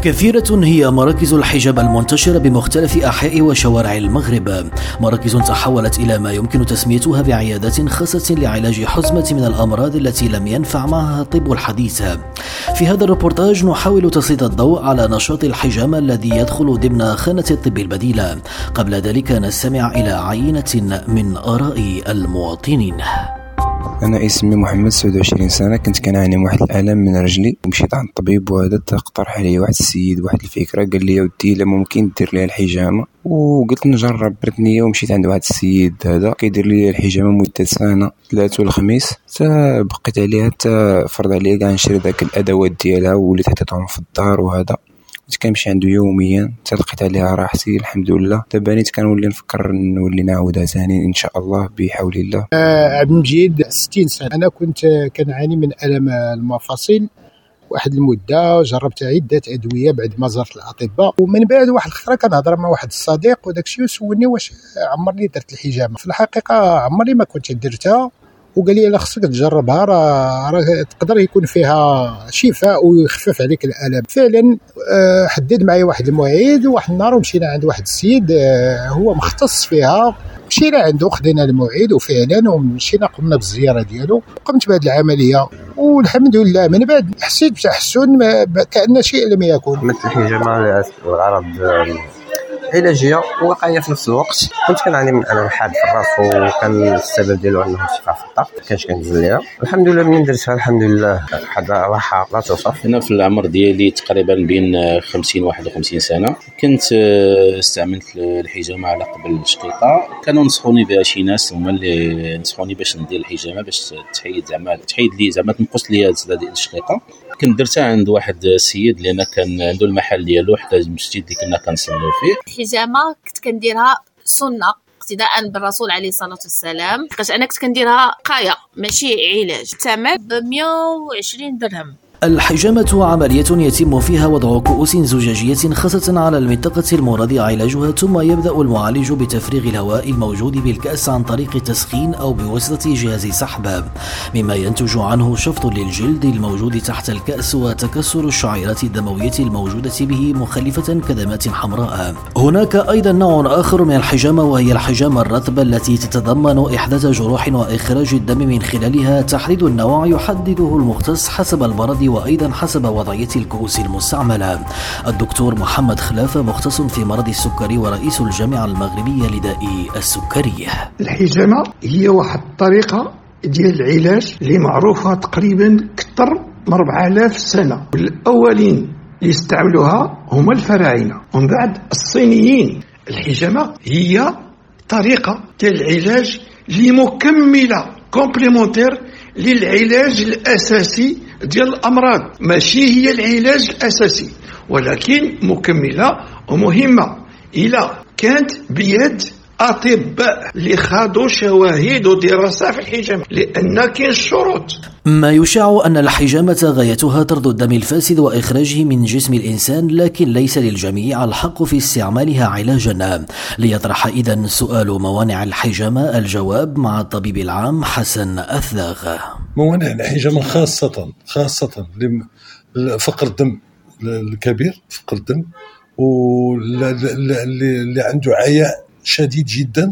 كثيرة هي مراكز الحجامة المنتشرة بمختلف أحياء وشوارع المغرب، مراكز تحولت إلى ما يمكن تسميتها بعيادات خاصة لعلاج حزمة من الأمراض التي لم ينفع معها الطب الحديث. في هذا الريبورتاج نحاول تسليط الضوء على نشاط الحجامة الذي يدخل ضمن خانة الطب البديل. قبل ذلك نستمع إلى عينة من آراء المواطنين. أنا اسمي محمد، 27 سنة. كنت كنعاني من واحد الألم من رجلي ومشيت عند الطبيب، وهذا تقترح علي واحد السيد واحد الفكرة، قال لي ودي إلا ممكن دير لي الحجامة، وقلت نجرب. برد نية ومشيت عند واحد السيد هذا كيدير لي الحجامة مدة سنة، ثلاث والخميس، حتى بقيت عليها حتى فرض عليا كاع نشري داك الأدوات ديالها وليت حطيتهم في الدار، وهذا كنت كنمشي عنده يوميا حتى لقيت عليها راحتي الحمد لله. دابا نيت كنولي نفكر نولي نعاودها ثاني ان شاء الله بحول الله. عبد المجيد، 60 سنه. انا كنت كنعاني من الم المفاصل واحد المده، جربت عده ادويه بعد ما زرت الاطباء، ومن بعد واحد الخطره كنهضر مع واحد الصديق وداك الشيء وسولني واش عمرني درت الحجامه. في الحقيقه عمري ما كنت درتها، وقال لي لا خصك تجربها، راه تقدر يكون فيها شفاء ويخفف عليك الالم. فعلا حدد معي واحد الموعد، واحد النهار ومشينا عند واحد السيد هو مختص فيها، مشينا عنده خدينا الموعد وفعلا ومشينا قمنا بالزياره ديالو، قمت بهذه العمليه والحمد لله. من بعد حسيت بتحسن كأن شيء لم يكن. مثل الحجامه الغرض علاجيه وواقعيه في نفس الوقت. كنت كنعاني من الم حاد في الراس، وكان السبب ديالو انه ارتفاع في الضغط، كانش كنزل ليها. الحمد لله منين درتها الحمد لله واحد راحه لا توصف. انا في العمر ديالي تقريبا بين 50 و 51 سنه. كنت استعملت الحجامه على قبل الشقيقه، كانوا نصحوني بها شي ناس هما اللي نصحوني باش ندير الحجامه باش تحيد لي زعما تنقص لي هاد الشقيقه. كنت درتها عند واحد السيد اللي كان عنده المحل ديالو حتى المسجد اللي كنا كنصليو فيه. الحجامه كنت كنديرها سنه اقتداء بالرسول عليه الصلاه والسلام، حيت انا كنت كنديرها قايه ماشي علاج. الثمن ب 120 درهم. الحجامة عملية يتم فيها وضع كؤوس زجاجية خاصة على المنطقة المراد علاجها، ثم يبدأ المعالج بتفريغ الهواء الموجود بالكأس عن طريق تسخين أو بواسطة جهاز سحب، مما ينتج عنه شفط للجلد الموجود تحت الكأس وتكسر الشعيرات الدموية الموجودة به مخلفة كدمات حمراء. هناك أيضا نوع آخر من الحجامة، وهي الحجامة الرطبة التي تتضمن إحداث جروح وإخراج الدم من خلالها. تحديد النوع يحدده المختص حسب المرض وأيضا حسب وضعية الكؤوس المستعملة. الدكتور محمد خلافة مختص في مرض السكري ورئيس الجامعة المغربية لداء السكري. الحجامة هي واحد الطريقة ديال العلاج اللي معروفة تقريبا أكثر من 4000 سنة. الأولين اللي استعملوها هما الفراعنة، ومن بعد الصينيين. الحجامة هي طريقة ديال العلاج اللي مكملة كومبليمونتير للعلاج الأساسي ديال الأمراض، ماشي هي العلاج الأساسي ولكن مكملة ومهمة إلى كانت بيد أطباء اللي خاضوا شواهد ودراسة في الحجامة، لأن كاين شروط. ما يشاع أن الحجامة غايتها طرد الدم الفاسد وإخراجه من جسم الإنسان، لكن ليس للجميع الحق في استعمالها علاجا. ليطرح إذن سؤال موانع الحجامة الجواب مع الطبيب العام حسن أثلاغ. موانع الحجامة خاصة لفقر الدم الكبير، فقر الدم، واللي عنده عياء شديد جدا،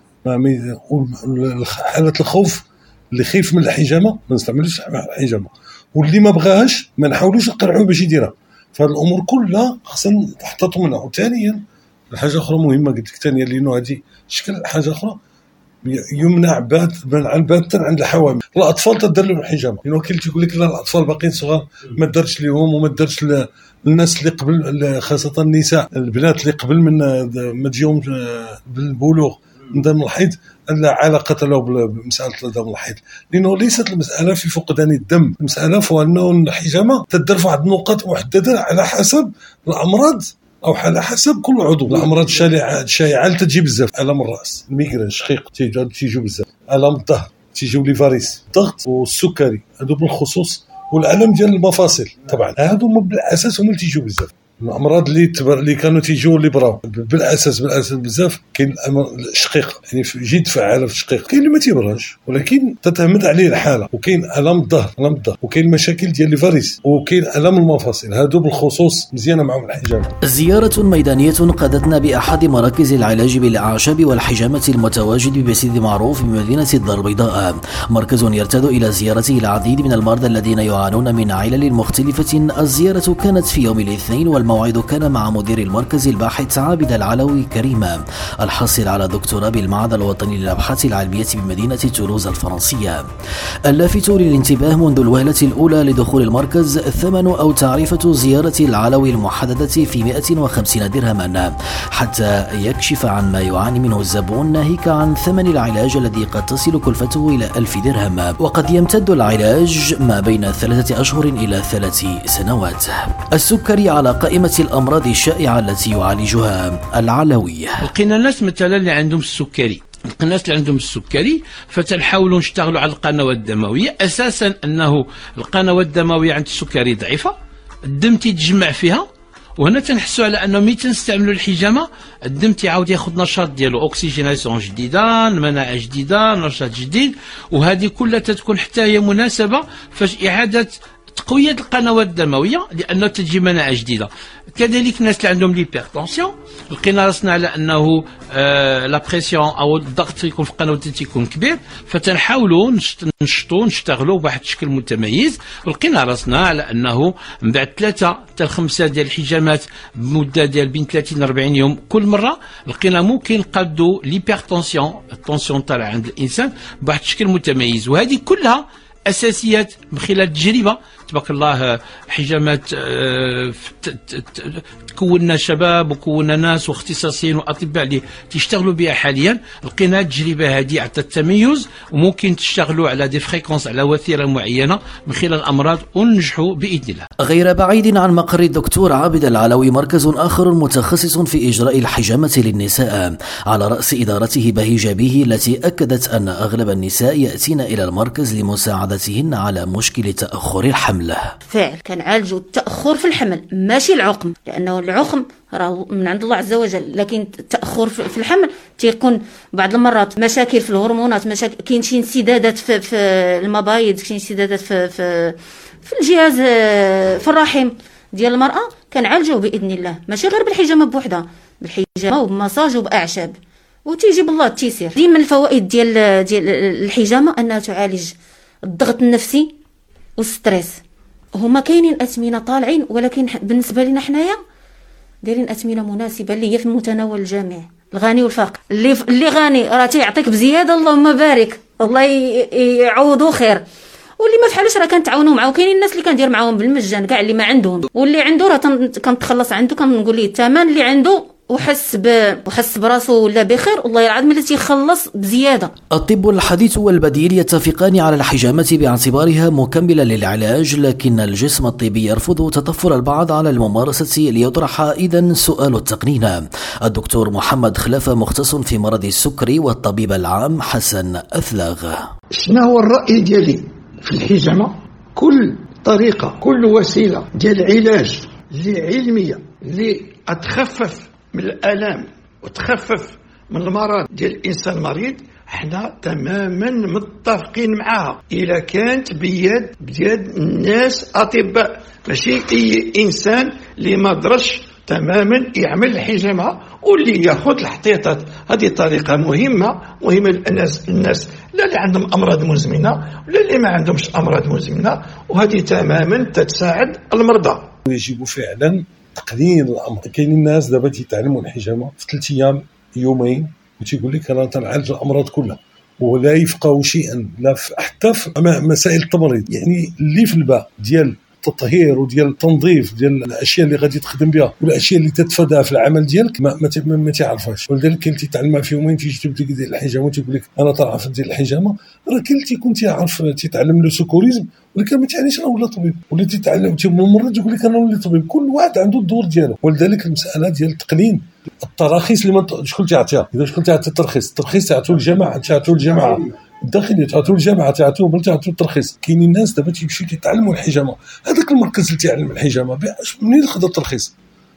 حالة الخوف، اللي خايف من الحجامة ما نستعملش الحجامة، واللي ما بغاهاش ما نحاولوش نقنعوه باش يديرها. فهاد الامور كلها خصنا نحتاطوا منها. وثانيا الحاجه اخرى مهمه قلت لك ثانيا، لانه هذه شكل حاجه اخرى يمنع باتا عند الحوامل. الاطفال تدير لهم الحجامه، لانه كاين اللي يقول لك لا الاطفال باقيين صغار ما دارش لهم وما دارش الناس اللي قبل، خاصه النساء البنات اللي قبل من ما تجيهم بالبلوغ من دم الحيض، لا علاقه له بمساله دم الحيض، لانه ليست المساله في فقدان الدم، المساله في انه الحجامه تدير في واحد النقاط محدده على حسب الامراض او على حسب كل عضو. الامراض الشائعه اللي تجي بزاف، الم الراس، الميغرين، الشقيق تيجوا بزاف، الم الظهر تيجيو ليفاريس، الضغط والسكري هادو بالخصوص، والالم ديال المفاصل طبعا هادو بالاساس هما اللي تيجوا بزاف. الامراض اللي كانوا تيجيو اللي براو بالاساس بزاف. كاين الشقيق يعني جد فعاله في الشقيق، كاين اللي ما تيبراش ولكن تتهمد عليه الحاله، وكاين الام الظهر وكاين مشاكل ديال الفاريس، وكاين الام المفاصل. هادو بالخصوص مزيانه معهم الحجامه. زياره ميدانيه قادتنا باحد مراكز العلاج بالاعشاب والحجامه المتواجد بسيدي معروف بمدينه الدار البيضاء، مركز يرتاد الى زيارته العديد من المرضى الذين يعانون من علل مختلفه. الزياره كانت في يوم الاثنين، والموعد كان مع مدير المركز الباحث عابد العلوي كريمة، الحاصل على دكتوراه بالمعهد الوطني للأبحاث العلمية بمدينة تولوز الفرنسية. اللافت للانتباه منذ الوهلة الأولى لدخول المركز ثمن أو تعرفة زيارة العلوي المحددة في 150 درهما، حتى يكشف عن ما يعاني منه الزبون، ناهيك عن ثمن العلاج الذي قد تصل كلفته إلى 1000 درهم، وقد يمتد العلاج ما بين 3 أشهر إلى 3 سنوات. السكري على قائمة الأمراض الشائعة التي يعالجها العلوي. لقينا ناس مثلا اللي عندهم السكري فتنحاولوا نشتغلوا على القنوات الدموية. أساسا أنه القنوات الدموية عند السكري ضعيفة، الدم تيتجمع فيها، وهنا تنحسوا على انه ملي تنستعملوا الحجامه الدم تيعاود ياخذ نشاط ديالو، اوكسيجيناسيون جديده، المناعه جديده، نشاط جديد، وهذه كلها تتكون حتى هي مناسبه فاش اعاده تقويه القنوات الدمويه لانه تجي مناعه جديده. كذلك الناس اللي عندهم ليبرتونسيون لقينا راسنا على انه لا بريسيون او الضغط يكون في القنوات تيكون كبير، فتنحاولوا نشتغلوا بواحد الشكل متميز. ولقينا راسنا على انه من بعد 3 حتى 5 ديال الحجامات بمده ديال بين 30 و 40 يوم كل مره، لقينا ممكن نقادوا ليبرتونسيون، التونسيون طالعه عند الانسان بواحد الشكل متميز. وهذه كلها اساسيات من خلال التجربه. تبارك الله حجامات تكوننا شباب وكوننا ناس واختصاصيين واطباء اللي تشتغلوا بها حاليا. لقينا التجربه هذه عطات التميز، وممكن تشتغلوا على دي فريكونس على وتيره معينه من خلال الامراض وننجحوا باذن الله. غير بعيد عن مقر الدكتور عابد العلوي مركز اخر متخصص في اجراء الحجامه للنساء، على راس ادارته بهيجه به، التي اكدت ان اغلب النساء ياتين الى المركز لمساعدتهن على مشكل تاخر الحمل. فعل كنعالجوا التاخر في الحمل ماشي العقم، لانه العقم راه من عند الله عز وجل، لكن التاخر في الحمل تيكون بعض المرات مشاكل في الهرمونات، مشاكل كاين شي انسدادات في المبايض، كاين انسدادات في الجهاز في الرحم ديال المراه، كنعالجوه باذن الله ماشي غير بالحجامه بوحدها، بالحجامه وبمساج وباعشاب، وتيجي بالله التيسير. دي من الفوائد ديال الحجامه انها تعالج الضغط النفسي والستريس. هما كاينين اثمنه طالعين، ولكن بالنسبه لنا حنايا دايرين اثمنه مناسبه اللي هي في متناول الجميع، الغني والفقير. اللي غني راه تيعطيك بزياده، اللهم بارك، الله يعوضو خير، واللي ما فحالوش راه كنتعاونوا معاه. وكاينين الناس اللي كندير معاهم بالمجان كاع اللي ما عندهم، واللي عنده راه كنتخلص عنده، كنقول ليه الثمن اللي عنده وحس براسه ولا بخير، والله العظيم اللي تيخلص بزياده. الطب الحديث والبديل يتفقان على الحجامه باعتبارها مكمله للعلاج، لكن الجسم الطبي يرفض تطفل البعض على الممارسه. ليطرح اذا سؤال التقنين. الدكتور محمد خلافه مختص في مرض السكري، والطبيب العام حسن أثلاغ. شنو هو الراي ديالي في الحجامه؟ كل طريقه، كل وسيله ديال العلاج اللي علميه اللي تخفف من الالام وتخفف من المرض ديال الانسان المريض، احنا تماما متفقين معها الا كانت بيد الناس اطباء، ماشي اي انسان اللي ما درش تماما يعمل الحجامه واللي ياخذ الاحتياطات. هذه طريقه مهمه للناس لا اللي عندهم امراض مزمنه ولا اللي ما عندهمش امراض مزمنه، وهذه تماما تتساعد المرضى. يجب فعلا تقنين الامر. كاين الناس دابا تيتعلموا الحجامه في 3 ايام يومين وتيقول لك انا تنعالج الامراض كلها، ولا يفقهوا شيئا لا حتى في مسائل التمريض. يعني اللي في الباء ديال التطهير وديال التنظيف ديال الاشياء اللي غادي تخدم بها والاشياء اللي تتفاداها في العمل ديالك ما تعرفهاش. ولذلك كاين تيتعلمها في يومين تيجي تبدا دير الحجامه وتيقول لك انا تعرف دير الحجامه. راه كاين اللي تيكون تيعرف تيتعلم لو سكوريزم ولكن ما تعنيش راه ولا طبيب، ولا تيتعلم تيمرض يقول لك انا ولي طبيب. كل واحد عنده الدور ديالو. ولذلك المساله ديال التقنين التراخيص اللي شكون تعطيها. اذا شكون تعطي الترخيص تعطوه الجماعه الداخليه، تعطوا الجامعه، تعطوا الترخيص. كاينين الناس دابا تيمشيو يتعلموا الحجامه. هذاك المركز اللي تيعلم الحجامه منين خدا الترخيص؟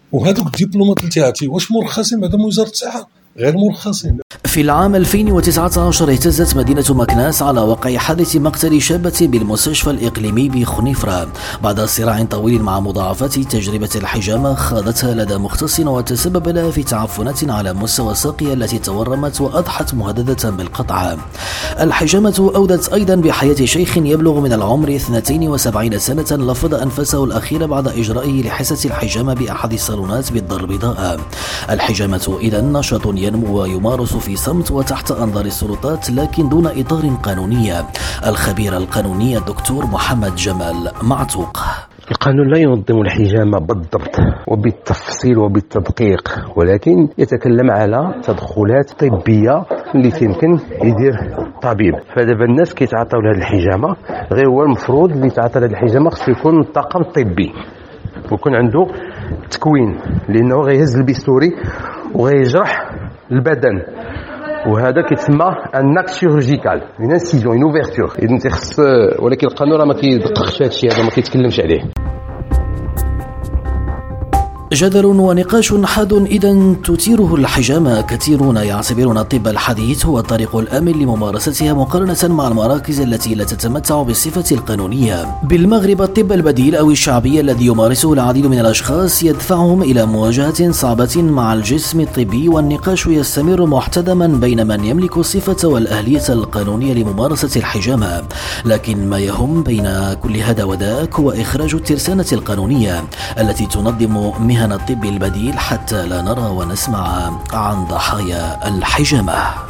وهذوك الدبلومات اللي تعطي واش مرخصين بعد من وزاره الصحه؟ غير مرخصين. في العام 2019 اهتزت مدينة مكناس على وقع حادث مقتل شابة بالمستشفى الإقليمي بخنيفرة بعد صراع طويل مع مضاعفات تجربة الحجامة خاضتها لدى مختص وتسبب لها في تعفنات على مستوى ساقها التي تورمت وأضحت مهددة بالقطع. الحجامة أودت أيضا بحياة شيخ يبلغ من العمر 72 سنة لفظ أنفاسه الأخير بعد إجرائه لحصة الحجامة بأحد الصالونات بالدار البيضاء. الحجامة إذا نشاط ينمو ويمارس في صمت وتحت أنظار السلطات لكن دون إطار قانوني. الخبير القانوني الدكتور محمد جمال معتوق: القانون لا ينظم الحجامة بالضبط وبالتفصيل وبالتدقيق، ولكن يتكلم على تدخلات طبية اللي يمكن يدير طبيب. فدابا الناس كيتعاطاو لهذه الحجامة غير هو المفروض اللي يتعاطى لهذه الحجامة خصو يكون طاقم طبي ويكون عنده تكوين، لأنه غيهز البيستوري وغيجرح البدن، وهذا كيتسمى ان اكت سيرجيكال، اون انسيزيون، اون اوفرتور. اذا خص، ولكن القانون راه ما كيدققش هذا الشيء، هذا ما كيتكلمش عليه. جدل ونقاش حاد إذا تثيره الحجامة. كثيرون يعتبرون الطب الحديث هو الطريق الآمن لممارستها مقارنة مع المراكز التي لا تتمتع بالصفة القانونية. بالمغرب الطب البديل أو الشعبي الذي يمارسه العديد من الأشخاص يدفعهم إلى مواجهة صعبة مع الجسم الطبي، والنقاش يستمر محتدما بين من يملك الصفة والأهلية القانونية لممارسة الحجامة. لكن ما يهم بين كل هذا وذاك هو إخراج الترسانة القانونية التي تنظم مهن الطب البديل حتى لا نرى ونسمع عن ضحايا الحجامة.